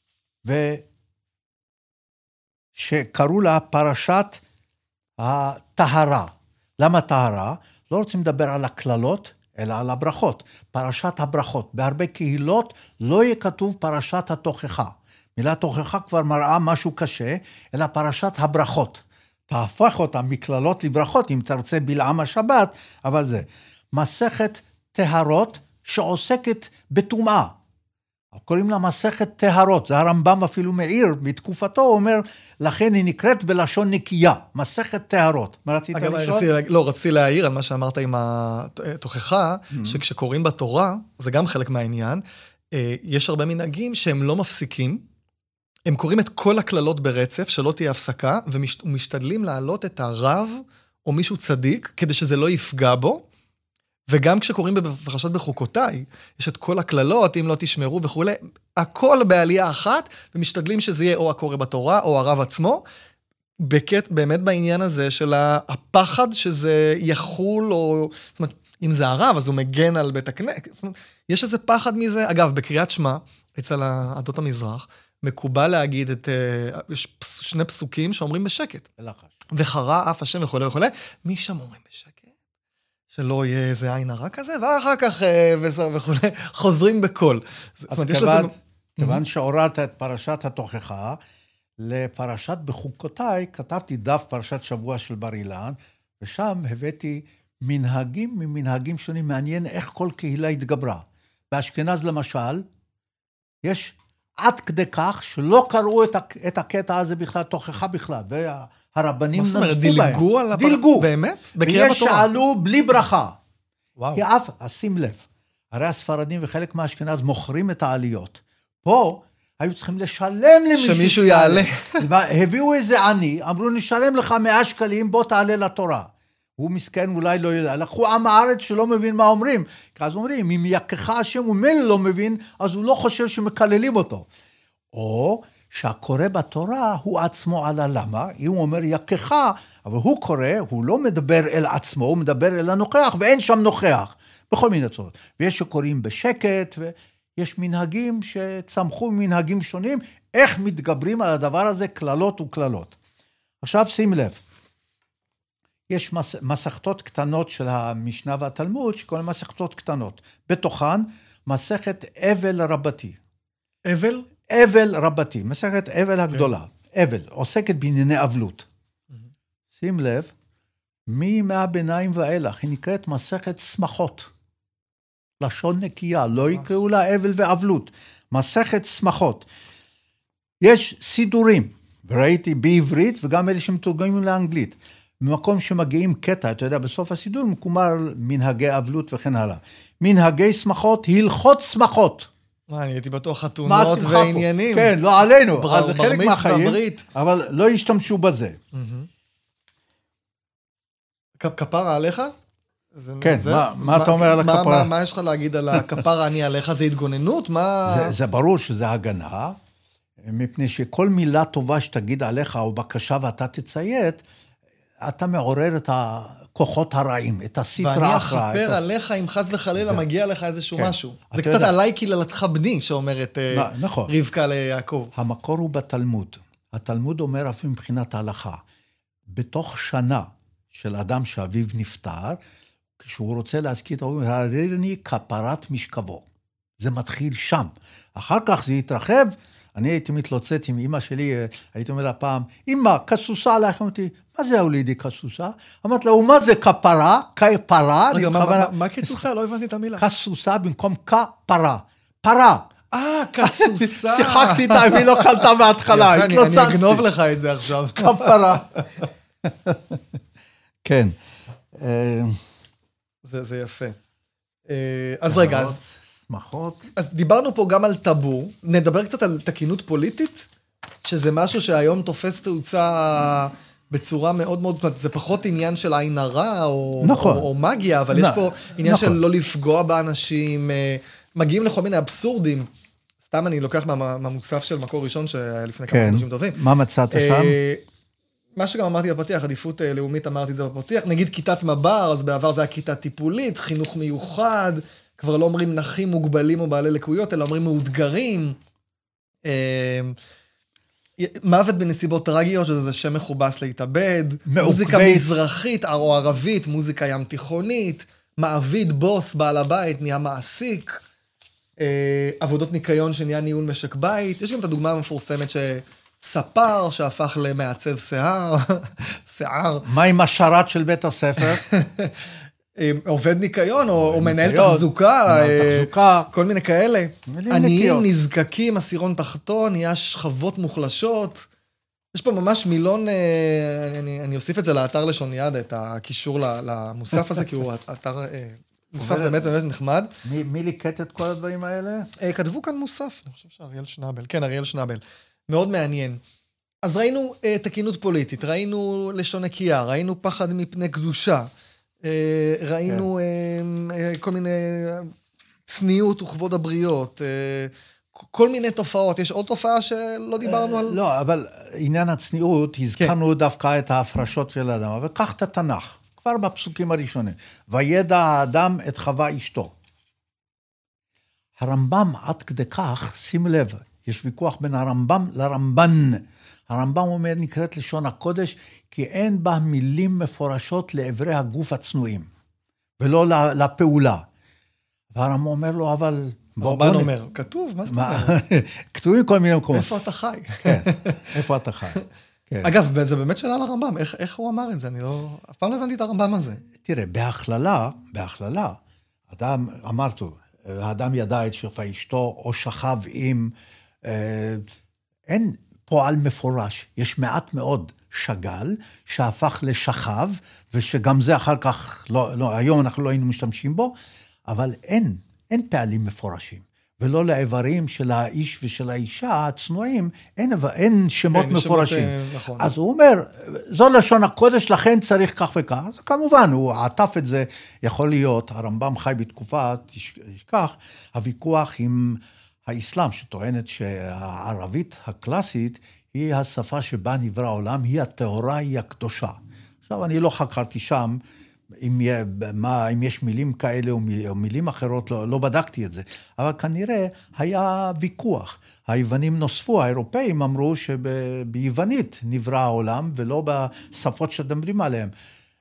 שקראו לה פרשת הטהרה. למה טהרה? לא רוצים לדבר על הכללות, אלא על הברכות. פרשת הברכות. בהרבה קהילות לא יהיה כתוב פרשת התוכחה. מילה תוכחה כבר מראה משהו קשה, אלא פרשת הברכות. תהפוך אותה מכללות לברכות, אם תרצה בלעם השבת, אבל זה. מסכת טהרות שעוסקת בטומאה. קוראים לה מסכת טהרות, זה הרמב"ם אפילו מעיר, בתקופתו הוא אומר, לכן היא נקראת בלשון נקייה, מסכת טהרות. מה רצית לשאול? רציתי להעיר על מה שאמרת עם התוכחה, שכשקוראים בתורה, זה גם חלק מהעניין, יש הרבה מנהגים שהם לא מפסיקים, הם קוראים את כל הכללות ברצף, שלא תהיה הפסקה, ומשתדלים להעלות את הרב, או מישהו צדיק, כדי שזה לא יפגע בו, וגם כשקוראים בפרשת בחוקותיי, יש את כל הכללות, אם לא תשמרו וכו', הכל בעלייה אחת, ומשתדלים שזה יהיה או הקורא בתורה, או הרב עצמו, באמת בעניין הזה של הפחד שזה יחול, או, זאת אומרת, אם זה הרב, אז הוא מגן על בית הכנסת, זאת אומרת, יש איזה פחד מזה. אגב, בקריאת שמע, אצל עדות המזרח, מקובל להגיד יש שני פסוקים שאומרים בשקט. וחרה אף השם וכו' וכו', מי שם אומרים בשקט? שלא יהיה איזה עין הרע כזה, ואחר כך וכו', חוזרים בקול. אז כיוון שהורדת את פרשת התוכחה, לפרשת בחוקותיי, כתבתי דף פרשת שבוע של בר אילן, ושם הבאתי מנהגים ממנהגים שונים, מעניין איך כל קהילה התגברה. באשכנז למשל, יש עד כדי כך שלא קראו את הקטע הזה בכלל, תוכחה בכלל, והרבנים נזפו בהם. דילגו על דילגו. באמת? ויש שעלו בלי ברכה. וואו. כי שים לב, הרי הספרדים וחלק מהאשכנז מוכרים את העליות. פה היו צריכים לשלם למישהו. שמישהו יעלה. הביאו איזה עני, אמרו נשלם לך 100 שקלים, בוא תעלה לתורה. הוא מסכן, אולי לא יודע. לקחו עם הארץ שלא מבין מה אומרים. כי אז אומרים, אם יקחה השם הוא מילא לא מבין, אז הוא לא חושב שמקללים אותו. או שהקורא בתורה הוא עצמו עלה. למה? אם הוא אומר יקחה, אבל הוא קורא, הוא לא מדבר אל עצמו, הוא מדבר אל הנוכח, ואין שם נוכח. בכל מיני צורות. ויש שקוראים בשקט, ויש מנהגים שצמחו מנהגים שונים, איך מתגברים על הדבר הזה, כללות וכללות. עכשיו שים לב. יש מסכתות קטנות של המשנה והתלמוד, שכל מסכתות קטנות. בתוכן, מסכת אבל רבתי. אבל? אבל רבתי, מסכת אבל הגדולה. אבל, עוסקת בענייני אבלות. שים לב, מימי הביניים ואילך, היא נקראת מסכת שמחות. לשון נקייה, לא יקראו לה אבל ואבלות. מסכת שמחות. יש סידורים, וראיתי בעברית, וגם אלה שמתורגמים לאנגלית. במקום שמגיעים קטע, אתה יודע, בסוף הסידור, מקומר מנהגי אבלות וכן הלאה. מנהגי שמחות, הלכות שמחות. אני הייתי בטוח חתונות ועניינים. כן, לא עלינו. אז זה חלק מהחיים, אבל לא ישתמשו בזה. כפרה עליך? כן, מה אתה אומר על הכפרה? מה יש לך להגיד על הכפרה אני עליך? זה התגוננות? זה ברור שזה הגנה, מפני שכל מילה טובה שתגיד עליך או בקשה ואתה תציית, אתה מעורר את הכוחות הרעים, את הסטרה אחרא. ואני אחפר עליך אם חס וחלילה מגיע לך איזשהו משהו. זה קצת עליי קללתך בני, שאומרת רבקה ליעקב. המקור הוא בתלמוד. התלמוד אומר אפילו מבחינת ההלכה. בתוך שנה של אדם שאביו נפטר, כשהוא רוצה להזכיר את ההוא, הררני כפרת משכבו. זה מתחיל שם. אחר כך זה יתרחב, אני הייתי מתלוצץ עם אמא שלי, הייתי אומר לה פעם, אמא, כסוסה עליך, אמרתי, מה זה הולידי כסוסה? אמרת לה, ומה זה כפרה? כפרה? מה כסוסה? לא הבנתי את המילה. כסוסה במקום כפרה. פרה. כסוסה. שיחקתי איתה, היא לא קלטה מההתחלה. אני אגנוב לך את זה עכשיו. כפרה. כן. זה יפה. אז רגע, אז דיברנו פה גם על טאבו, נדבר קצת על תקינות פוליטית, שזה משהו שהיום תופס תאוצה בצורה מאוד מאוד, זה פחות עניין של עין הרע או מגיה, אבל יש פה עניין של לא לפגוע באנשים, מגיעים לכל מיני אבסורדים, סתם אני לוקח מהמוסף של מקור ראשון שהיה לפני כמה אנשים טובים. מה מצאת שם? מה שגם אמרתי בפתיח, עדיפות לאומית אמרתי את זה בפתיח, נגיד כיתת מב"ר, אז בעבר זה היה כיתה טיפולית, חינוך מיוחד, כבר לא אומרים נחים מוגבלים או בעלי לקויות, אלא אומרים מאותגרים. מוות בנסיבות טרגיות, שזה שם מכובס להתאבד. מוזיקה מזרחית או ערבית, מוזיקה ים תיכונית. מעביד, בוס, בעל הבית, נהיה מעסיק. עבודות ניקיון שנהיה ניהול משק בית. יש גם את הדוגמה המפורסמת ספר שהפך למעצב שיער. מה עם השרת של בית הספר? עובד ניקיון, או מנהל תחזוקה, כל מיני כאלה. עניים, נזקקים, עשירון תחתון, נהיה שכבות מוחלשות. יש פה ממש מילון, אני אוסיף את זה לאתר לשוניאדה, את הקישור למוסף הזה, כי הוא אתר מוסף באמת באמת נחמד. מי ליקט את כל הדברים האלה? כתבו כאן מוסף, אני חושב שאריאל שנאבל. כן, אריאל שנאבל. מאוד מעניין. אז ראינו תקינות פוליטית, ראינו לשון נקייה, ראינו פחד מפני קדושה, ראינו כל מיני צניעות וכבוד הבריות, כל מיני תופעות. יש עוד תופעה שלא דיברנו על... לא, אבל עניין הצניעות, הזכרנו דווקא את ההפרשות של האדם, אבל קח את התנ"ך, כבר בפסוקים הראשונים. וידע האדם את חווה אשתו. הרמב"ם עד כדי כך, שים לב, יש ויכוח בין הרמב"ם לרמב"ן. הרמב"ם אומר, נקראת לשון הקודש, כי אין בה מילים מפורשות לעברי הגוף הצנועים, ולא לפעולה. והרמב"ם אומר לו, אבל... הרמב"ן אומר, כתוב, מה זאת אומרת? כתובים כל מיני מקומות. איפה אתה חי? כן, איפה אתה חי? אגב, זה באמת שאלה לרמב"ם, איך הוא אמר את זה? אני אף פעם לא הבנתי את הרמב"ם הזה. תראה, בהכללה, אדם, אמרתו, האדם ידע את שפע אשתו, או שכב עם... אין פועל מפורש, יש מעט מאוד שגל, שהפך לשכב, ושגם זה אחר כך, לא, היום אנחנו לא היינו משתמשים בו, אבל אין פעלים מפורשים, ולא לאיברים של האיש ושל האישה הצנועים, אין שמות מפורשים. נכון. אז הוא אומר, זו לשון הקודש, לכן צריך כך וכך. אז כמובן, הוא עטף את זה, יכול להיות, הרמב"ם חי בתקופה, תשכח, הוויכוח עם האסלאם, שטוענת שהערבית הקלאסית, היא השפה שבה נברא העולם, היא הטהורה, היא הקדושה. עכשיו, אני לא חקרתי שם, אם יש מילים כאלה או מילים אחרות, לא בדקתי את זה. אבל כנראה היה ויכוח. היוונים נוספו, האירופאים אמרו שביוונית נברא העולם, ולא בשפות שדברים עליהם.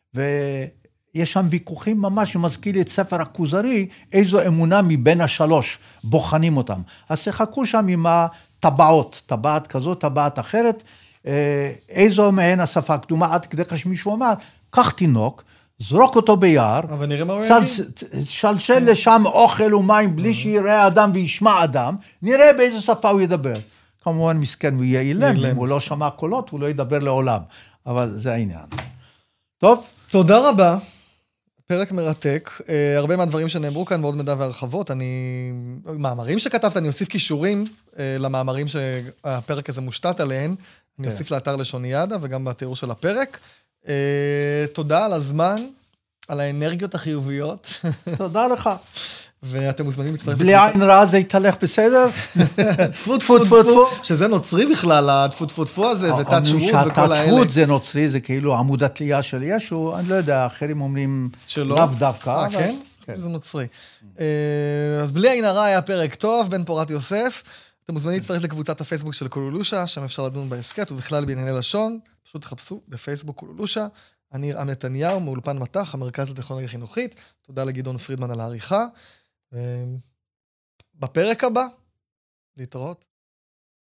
ויש שם ויכוחים ממש, שמזכיר לי את ספר הכוזרי, איזו אמונה מבין השלוש בוחנים אותם. אז תחכו שם עם הטבעות, טבעת כזאת, טבעת אחרת, איזו מהן השפה הקדומה, עד כדי שמישהו אמר, קח תינוק, זרוק אותו ביער, שלשל לשם אוכל ומים בלי שיראה אדם וישמע אדם, נראה באיזו שפה הוא ידבר. כמובן מסכן הוא יהיה אילם, אם הוא לא שמע קולות, הוא לא ידבר לעולם. אבל זה העניין. טוב? תודה רבה. פרק מרתק. הרבה מהדברים שנאמרו כאן, ועוד מידע והרחבות. מאמרים שכתבת, אני אוסיף קישורים למאמרים שהפרק הזה מושתת עליהן. אני אוסיף לאתר לשוניאדה וגם בתיאור של הפרק. תודה על הזמן, על האנרגיות החיוביות. תודה לך. ואתם מוזמנים להצטרף. בלי עין רע זה יתהלך בסדר? טפו טפו טפו. שזה נוצרי בכלל, הטפו טפו טפו הזה, ותת שבות וכל האלה. שהתת זה נוצרי, זה כאילו עמוד התלייה של ישו, אני לא יודע, אחרים אומרים לאו דווקא. כן? זה נוצרי. אז בלי עין הרע היה פרק טוב, בן פורת יוסף. אתם מוזמנים להצטרף לקבוצת הפייסבוק של קולולושה, שם אפשר לדון בעסקת, ובכלל בענייני לשון. פשוט תחפשו בפייסבוק קולולושה. אני רם נתניהו, מאולפן מטח, המרכז לטכנולוגיה חינוכית. תודה לגדעון פרידמן על העריכה. בפרק הבא, להתראות.